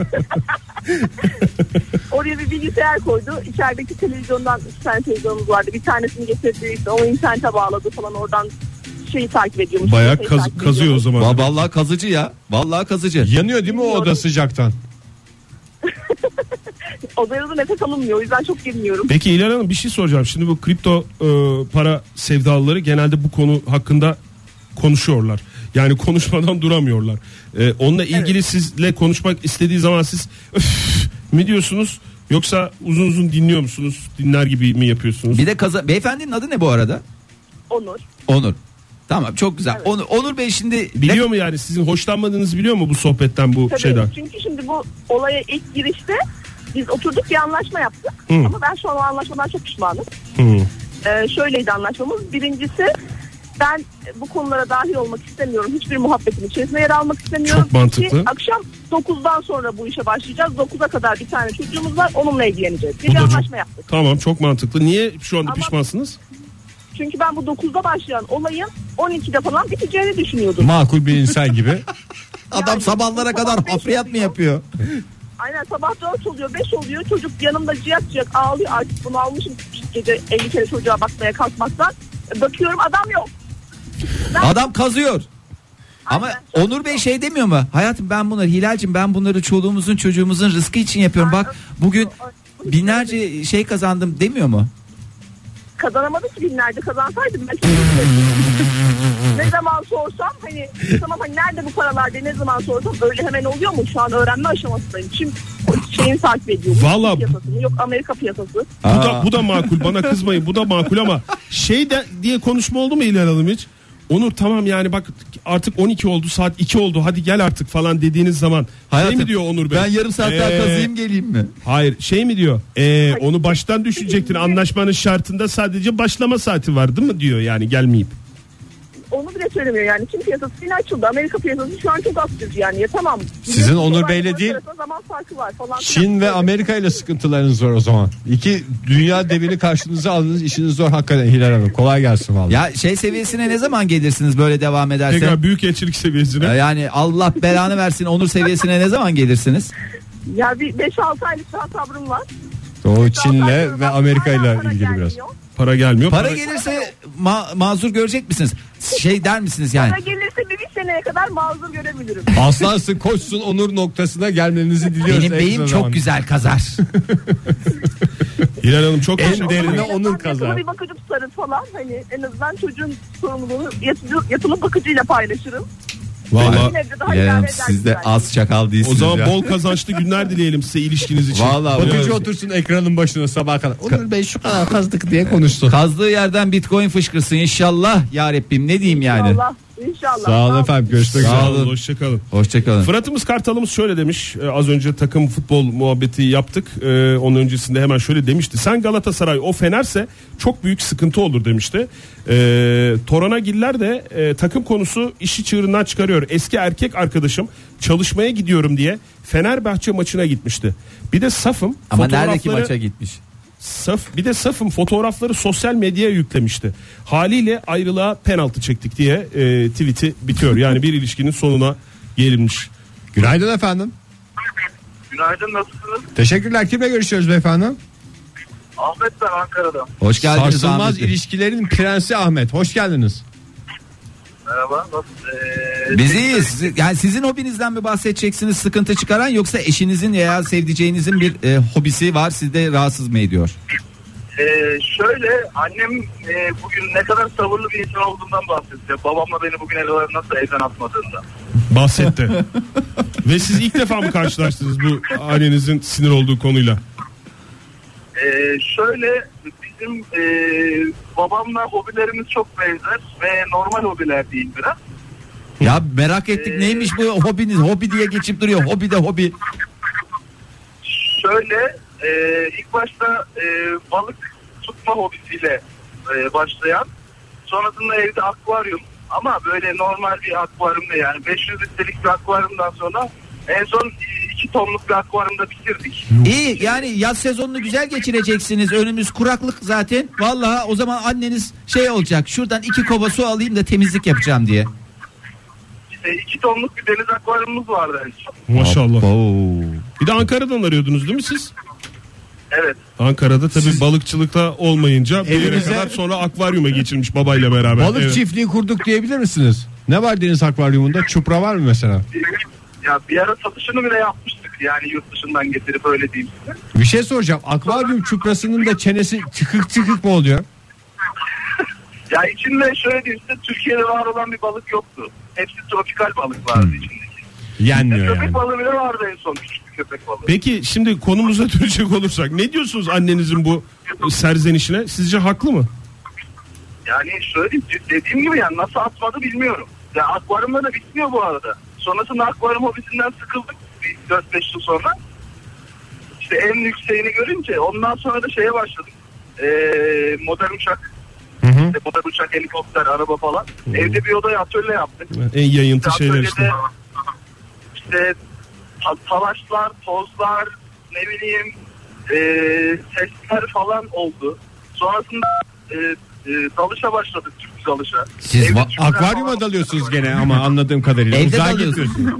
Oraya bir bilgisayar koydu. İçerideki televizyondan 2 tane televizyonumuz vardı. Bir tanesini getirdi işte onu internete bağladı falan oradan şeyi takip ediyormuş. Bayağı Şeyi takip kazıyor o ediyormuş. zaman. Vallahi kazıcı ya. Vallahi kazıcı. Yanıyor değil mi o oda sıcaktan? Odaya da nefes alınmıyor o yüzden çok girmiyorum. Peki İlhan Hanım bir şey soracağım. Şimdi bu kripto para sevdalıları genelde bu konu hakkında konuşuyorlar. Yani konuşmadan duramıyorlar. Onunla ilgili sizle konuşmak istediği zaman siz öf mi diyorsunuz? Yoksa uzun uzun dinliyor musunuz? Dinler gibi mi yapıyorsunuz? Bir de beyefendinin adı ne bu arada? Onur. Onur. Tamam, çok güzel. Evet. Onur Bey şimdi Biliyor mu yani sizin hoşlanmadığınızı biliyor mu bu sohbetten, bu Tabii, şeyden? çünkü şimdi bu olaya ilk girişte biz oturduk bir anlaşma yaptık. Hı. Ama ben şu an o anlaşmadan çok pişmanım. Şöyleydi anlaşmamız. Birincisi ben bu konulara dahil olmak istemiyorum. Hiçbir muhabbetin içerisinde yer almak istemiyorum. Çok mantıklı. İki, akşam 9'dan sonra bu işe başlayacağız. 9'a kadar bir tane çocuğumuz var. Onunla ilgileneceğiz. Bir Bu da çok- anlaşma yaptık. Tamam, çok mantıklı. Niye şu anda Ama- pişmansınız? Çünkü ben bu 9'da başlayan olayın 12'de falan biteceğini düşünüyordum. Makul bir insan gibi. adam Yani sabahlara bu kadar sabah hafriyat beş mı yapıyor? Aynen sabah 4 oluyor 5 oluyor çocuk yanımda ciyak ciyak ağlıyor artık bunu almışım gece 50 kere çocuğa bakmaya kalkmaktan bakıyorum adam yok. Adam kazıyor. Ama Aynen. Onur Bey şey demiyor mu? Hayatım ben bunları, Hilal'cim ben bunları çoluğumuzun çocuğumuzun rızkı için yapıyorum. Bak bugün binlerce şey kazandım demiyor mu? Kazanamadı ki binlerce kazansaydım ben çok ne zaman sorsam hani tamam hani nerede bu paralar diye ne zaman sorsam öyle hemen oluyor mu? Şu an öğrenme aşamasındayım. Şimdi şeyini takip ediyorum. Vallahi- Piyasasını, yok Amerika piyasası. Bu da makul, bana kızmayın, bu da makul ama şey de diye konuşma oldu mu İlhan Hanım hiç? Onur tamam yani bak artık 12 oldu, saat 2 oldu, hadi gel artık falan dediğiniz zaman Hayatım, şey mi diyor Onur Bey? Ben yarım saat daha kazıyım geleyim mi? Hayır, şey mi diyor? Onu baştan düşünecektin, anlaşmanın şartında sadece başlama saati var değil mi diyor, yani gelmeyip. Onu bile söylemiyor yani. Çin piyasası yine açıldı. Amerika piyasası şu an çok aktif yani. Ya tamam. Sizin Onur Dolar Bey'le dolar değil, arasında zaman farkı var falan. Çin ve Amerika ile sıkıntılarınız var o zaman. İki dünya devini karşınıza aldınız, işiniz zor hakikaten Hilal Hanım. Kolay gelsin vallahi. Ya şey seviyesine ne zaman gelirsiniz böyle devam ederse? Tekrar büyükelçilik seviyesine. Yani Allah belanı versin, Onur seviyesine ne zaman gelirsiniz? Ya bir 5-6 aylık daha sabrım var. O Çin'le Zaten ve Amerika ile hala para ilgili biraz. gelmiyor. Para gelmiyor. Para gelirse mazur görecek misiniz? Şey der misiniz yani? Para gelirse bir seneye kadar mazur görebilirim. Aslansın koşsun Onur noktasına gelmenizi diliyoruz. Benim en beyim kısa çok zamanda. güzel kazar. Hilal Hanım çok En teşekkür derine ederim. Yani Onur ben kazar. yatılı bir bakıcı tutarız falan. Hani en azından çocuğun sorumluluğunu yatılı bakıcıyla paylaşırım. Vallahi Yine de daha İlhan Hanım, idare eder siz de güzel. az çakal o değilsiniz zaman ya. bol kazançlı günler dileyelim size ilişkiniz için. Vallahi Bakıcı Evet. otursun ekranın başına sabah kadar. Onur Bey şu kadar kazdık diye konuştu. Kazdığı yerden Bitcoin fışkırsın inşallah ya Rabbim, ne diyeyim yani. İnşallah. Sağ olun efendim, görüşmek Sağ üzere. olun, hoşçakalın. Hoşçakalın. Fırat'ımız Kartal'ımız şöyle demiş. Az önce takım futbol muhabbeti yaptık. Onun öncesinde hemen şöyle demişti. Sen Galatasaray o Fener'se çok büyük sıkıntı olur demişti. Toranagiller de takım konusu işi çığırından çıkarıyor. Eski erkek arkadaşım çalışmaya gidiyorum diye Fenerbahçe maçına gitmişti. Bir de safım Ama neredeki fotoğrafları- maça gitmiş? Bir de safım fotoğrafları sosyal medyaya yüklemişti. Haliyle ayrılığa penaltı çektik diye tweet'i bitiyor. Yani bir ilişkinin sonuna gelinmiş. Günaydın efendim. Günaydın, nasılsınız? Teşekkürler. Kimle görüşüyoruz beyefendi? Ahmet ben Ankara'dan. Hoş geldiniz Sarsılmaz Ahmet Bey. ilişkilerin prensi Ahmet. Hoş geldiniz. Merhaba. Nasıl? Biz iyiyiz. Yani sizin hobinizden mi bahsedeceksiniz, sıkıntı çıkaran, yoksa eşinizin veya sevdiceğinizin bir hobisi var, sizde rahatsız mı ediyor? Şöyle annem bugün ne kadar sabırlı bir insan olduğundan bahsetti. Babamla beni bugün nasıl evden atmadığında. Bahsetti. Ve siz ilk defa mı karşılaştınız bu annenizin sinir olduğu konuyla? Şöyle bizim babamla hobilerimiz çok benzer ve normal hobiler değil biraz. Ya merak ettik neymiş bu hobiniz? Hobi diye geçip duruyor. Hobi de hobi. Şöyle ilk başta balık tutma hobisiyle başlayan, sonrasında evde akvaryum ama böyle normal bir akvaryum değil, yani 500 litrelik bir akvaryumdan sonra en son 2 tonluk bir akvaryumda bitirdik. İyi, yani yaz sezonunu güzel geçireceksiniz. Önümüz kuraklık zaten. Vallahi o zaman anneniz şey olacak. Şuradan 2 kova su alayım da temizlik yapacağım diye. 2 tonluk bir deniz akvaryumumuz vardı en son. Maşallah. Oo. Bir de Ankara'dan arıyordunuz değil mi siz? Evet. Ankara'da tabii balıkçılıkta olmayınca bir yere Evinize- kadar sonra akvaryuma geçirmiş babayla beraber. Balık Evet. çiftliği kurduk diyebilir misiniz? Ne var deniz akvaryumunda? Çupra var mı mesela? Ya bir ara satışını bile yapmıştık, yani yurt dışından getirip, öyle diyeyim size. Bir şey soracağım. Akvaryum çuprasının da çenesi çıkık çıkık mı oluyor? Ya içinde şöyle diyeyim size, Türkiye'de var olan bir balık yoktu. Hepsi tropikal balık vardı içindeki. Yenmiyor Köpek yani. balığı bile vardı en son, küçük bir köpek balığı. Peki şimdi konumuza dönecek olursak ne diyorsunuz annenizin bu serzenişine? Sizce haklı mı? Yani şöyle diyeyim, dediğim gibi yani nasıl atmadı bilmiyorum. Ya akvaryumda da bitmiyor bu arada. Sonrasında akvaryum hobisinden sıkıldık 4-5 yıl sonra. İşte en yükseğini görünce ondan sonra da şeye başladık. Modern uçak. İşte modern uçak, helikopter, araba falan. Evde bir odaya atölye yaptık. En yayıntı İşte şeyler atölyede işte. işte talaşlar, tozlar, ne bileyim sesler falan oldu. Sonrasında dalışa başladık, tüp dalışa. Siz Evde va- tüpler Akvaryuma falan- dalıyorsunuz gene ama anladığım kadarıyla. Evde Uzağa dalıyorsunuz. gitmiyorsunuz.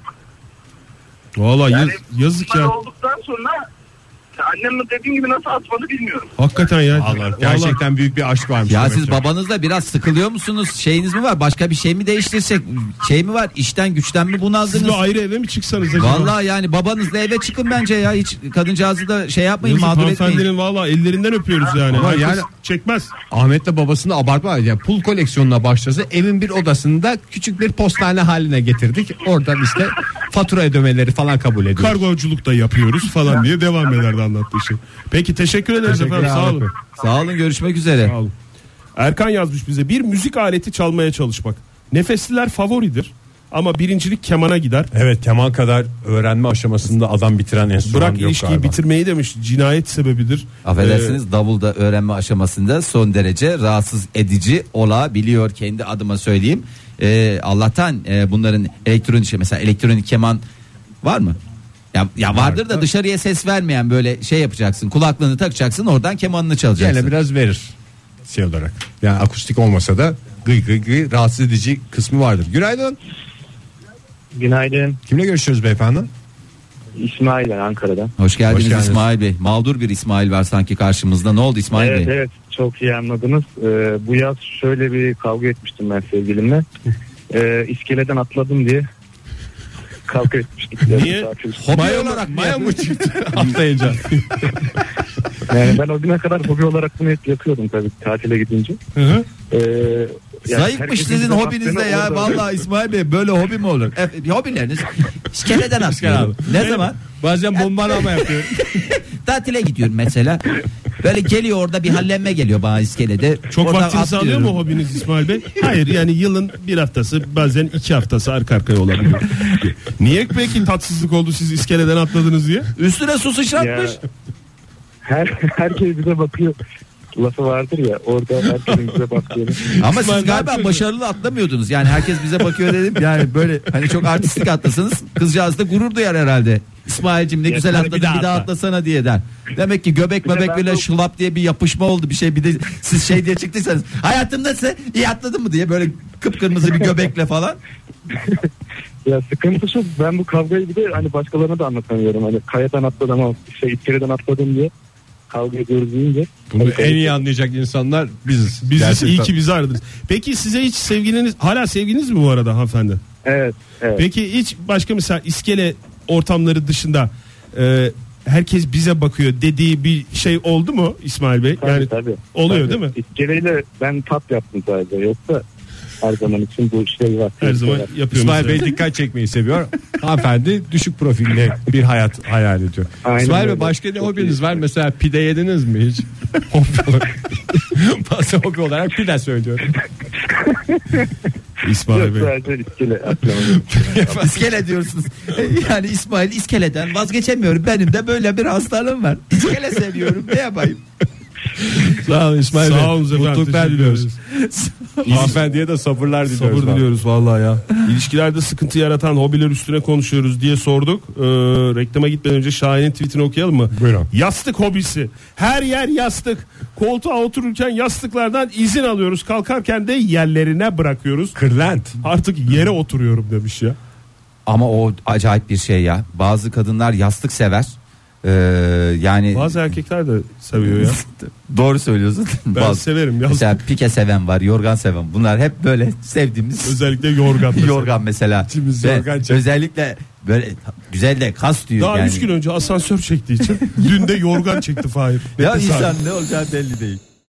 Valla Yani yazık bunlar ya. olduktan sonra annemle dediğim gibi nasıl atmadı bilmiyorum. Hakikaten ya. Allah, gerçekten büyük bir aşk varmış. Ya demek siz ki. babanızla biraz sıkılıyor musunuz? Şeyiniz mi var? Başka bir şey mi değiştirsek? Şey mi var? İşten güçten mi Siz bunaldınız? bir ayrı eve mi çıksanız acaba? Vallahi yani babanızla eve çıkın bence ya. Hiç kadıncağızı da şey yapmayın, Yazık, mağdur etmeyin. hanımefendinin valla ellerinden öpüyoruz yani. Ama Herkes yani- çekmez. Ahmet'le babasını abartma. Yani pul koleksiyonuna başlasa evin bir odasında küçük bir postane haline getirdik. Oradan işte fatura ödemeleri falan kabul ediyoruz. Kargoculuk da yapıyoruz falan diye devam ederdi anlattığı şey. Peki teşekkür ederiz Teşekkürler efendim, sağ olun. abi. Sağ olun, görüşmek üzere. Sağ olun. Erkan yazmış bize, bir müzik aleti çalmaya çalışmak. Nefesliler favoridir ama birincilik kemana gider. Evet, keman kadar öğrenme aşamasında adam bitiren enstrüman Bırak yok ilişkiyi galiba. bitirmeyi demiş, cinayet sebebidir. Affedersiniz, davulda öğrenme aşamasında son derece rahatsız edici olabiliyor, kendi adıma söyleyeyim. Allah'tan bunların elektronik şey, mesela elektronik keman var mı? Ya vardır da dışarıya ses vermeyen, böyle şey yapacaksın, kulaklığını takacaksın, oradan kemanını çalacaksın. Gene biraz verir şey olarak. Yani akustik olmasa da gıy gıy gıy rahatsız edici kısmı vardır. Günaydın. Günaydın. Kimle görüşüyoruz beyefendi? İsmail ben Ankara'dan. Hoş geldiniz, Hoş geldiniz. İsmail Bey. Mağdur bir İsmail var sanki karşımızda. Ne oldu İsmail Evet Bey? evet çok iyi anladınız. Bu yaz şöyle bir kavga etmiştim ben sevgilimle. İskeleden atladım diye kavga etmiştik. Niye? Hobi Maya olarak mı maya mı yapıyorsun? çıktı atlayınca? Yani ben o güne kadar hobi olarak bunu hep yapıyordum tabii tatile gidince. Hı hı. Yani Zayıfmış herkesin sizin bize hobinizde baktığını ya. orada- Vallahi İsmail Bey, böyle hobi mi olur? Hobileriniz iskeleden atlıyorum. Ne zaman? Bazen bombalama yapıyor. Tatile gidiyorum mesela. Böyle geliyor, orada bir hallenme geliyor bana iskelede. Çok Oradan vaktinizi alıyor atlıyorum. mu hobiniz İsmail Bey? Hayır, yani yılın bir haftası, bazen 2 haftası arka arkaya olabiliyor. Niye peki tatsızlık oldu siz iskeleden atladınız diye? Üstüne su Ya, sıçratmış. herkes bize bakıyor. Lafı vardır ya, orada herkesin bize baktığını. Ama İsmail siz galiba ne başarılı atlamıyordunuz. Yani herkes bize bakıyor dedim. Yani böyle hani çok artistik atlasanız kızcağız da gurur duyar herhalde. İsmail'cim ne Ya, güzel hadi atladın, bir bir daha daha atla. atlasana diye der. Demek ki göbek Bir de bebek ben böyle bu- şılap diye bir yapışma oldu bir şey. Bir de siz şey diye çıktıysanız hayatımda iyi atladın mı diye böyle kıpkırmızı bir göbekle falan. Ya sıkıntı şu, ben bu kavgayı bir de hani başkalarına da anlatamıyorum. Hani kayadan atladım ama iskeleden atladım diye kavga ediyoruz deyince. Bunu en iyi anlayacak insanlar biziz. Biziz, Gerçekten. iyi ki bizi aradınız. Peki size hiç sevgiliniz, hala sevgiliniz mi bu arada hanımefendi? Evet. Peki hiç başka mesela iskele ortamları dışında herkes bize bakıyor dediği bir şey oldu mu İsmail Bey? Yani Tabii. oluyor Tabii. değil mi? İskeleyle ben tat yaptım sadece. Yoksa her zaman için bu şey var. Her zaman yapıyoruz. İsmail Bey yani. dikkat çekmeyi seviyor. Hanımefendi düşük profilli bir hayat hayal ediyor. Aynen İsmail Bey öyle. başka ne Çok hobiniz iyi. var? Mesela pide yediniz mi hiç? Hobi olarak. Bazı hobi olarak pide söylüyorum. İsmail Bey. Sadece iskele atladım. İskele diyorsunuz. Yani İsmail iskeleden vazgeçemiyorum. Benim de böyle bir hastalığım var. İskele seviyorum. Ne yapayım? Sağ olun İsmail Bey. Sağ olun efendim. Mutluluklar Teşekkür diliyoruz. ederiz. Hanımefendiye de sabırlar diliyoruz. Sabır diliyoruz vallahi ya. İlişkilerde sıkıntı yaratan hobiler üstüne konuşuyoruz diye sorduk. Reklama gitmeden önce Şahin'in tweetini okuyalım mı? Buyurun. Yastık hobisi. Her yer yastık. Koltuğa otururken yastıklardan izin alıyoruz. Kalkarken de yerlerine bırakıyoruz. Kırlent. Artık yere oturuyorum demiş ya. Ama o acayip bir şey ya. Bazı kadınlar yastık sever. Yani Bazı erkekler de seviyor ya. doğru söylüyorsun. Ben severim yastık. Mesela pike seven var, yorgan seven. Bunlar hep böyle sevdiğimiz. Özellikle yorgan. mesela. Yorgan mesela. İçimiz Ve yorgan çekti. özellikle böyle güzel de kas diyor Daha yani. 3 gün önce asansör çektiği için dün de yorgan çekti Fahir. Ya Tesadüf. insan ne olacağı belli değil.